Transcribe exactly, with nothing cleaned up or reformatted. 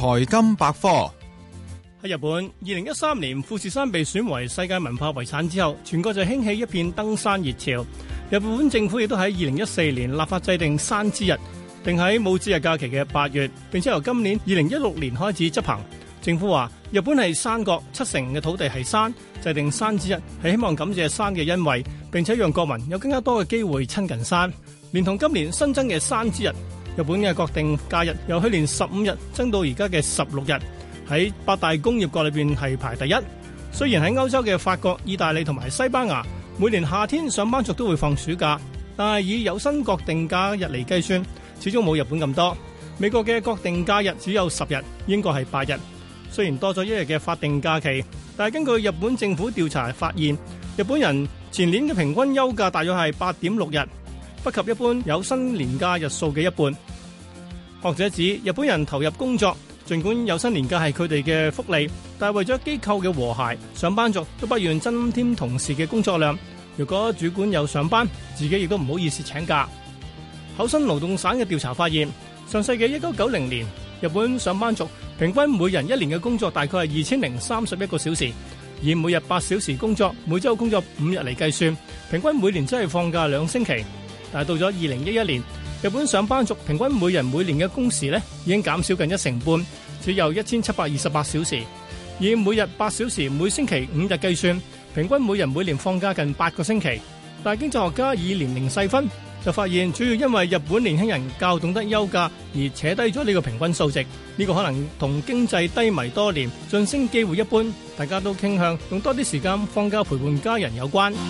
財金百科。 喺日本，二零一三年富士山被選為世界文化遺產之後，全國就興起一片登山熱潮。日本政府亦都喺二零一四年立法制定山之日，定喺冇節日假期嘅八月，並且由今年二零一六年開始執行。政府話，日本係山國，七成嘅土地係山，制定山之日係希望感謝山嘅恩惠，並且讓國民有更加多嘅機會親近山。連同今年新增嘅山之日，日本嘅國定假日由去年十五日增到而家嘅十六日。喺八大工業國裏邊係排第一。雖然喺歐洲嘅法國、意大利同埋西班牙，每年夏天上班族都會放暑假，但係以有薪國定假日嚟計算，始終冇日本咁多。美國嘅國定假日只有十日，英國係八日。雖然多咗一日嘅法定假期，但係根據日本政府調查發現，日本人前年嘅平均休假大約係八點六日，不及一般有薪年假日數嘅一半。學者指，日本人投入工作，儘管有薪年假係佢哋嘅福利，但係為咗機構嘅和諧，上班族都不願增添同事嘅工作量。如果主管有上班，自己亦都唔好意思請假。厚生勞動省嘅調查發現，上世紀一九九零年，日本上班族平均每人一年嘅工作大概係二千零三十一個小時，以每日八小時工作，每週工作五日嚟計算，平均每年只係放假兩星期。但係到咗二零一一年，日本上班族平均每人每年嘅工時呢已經減少近一成半，只有一千七百二十八小時。以每日八小時，每星期五日計算，平均每人每年放假近八個星期。但係經濟學家以年齡細分，就發現主要因為日本年輕人較懂得休假而扯低咗呢個平均數值。呢、這個可能同經濟低迷多年、晉升機會一般，大家都傾向用多啲時間放假陪伴家人有關。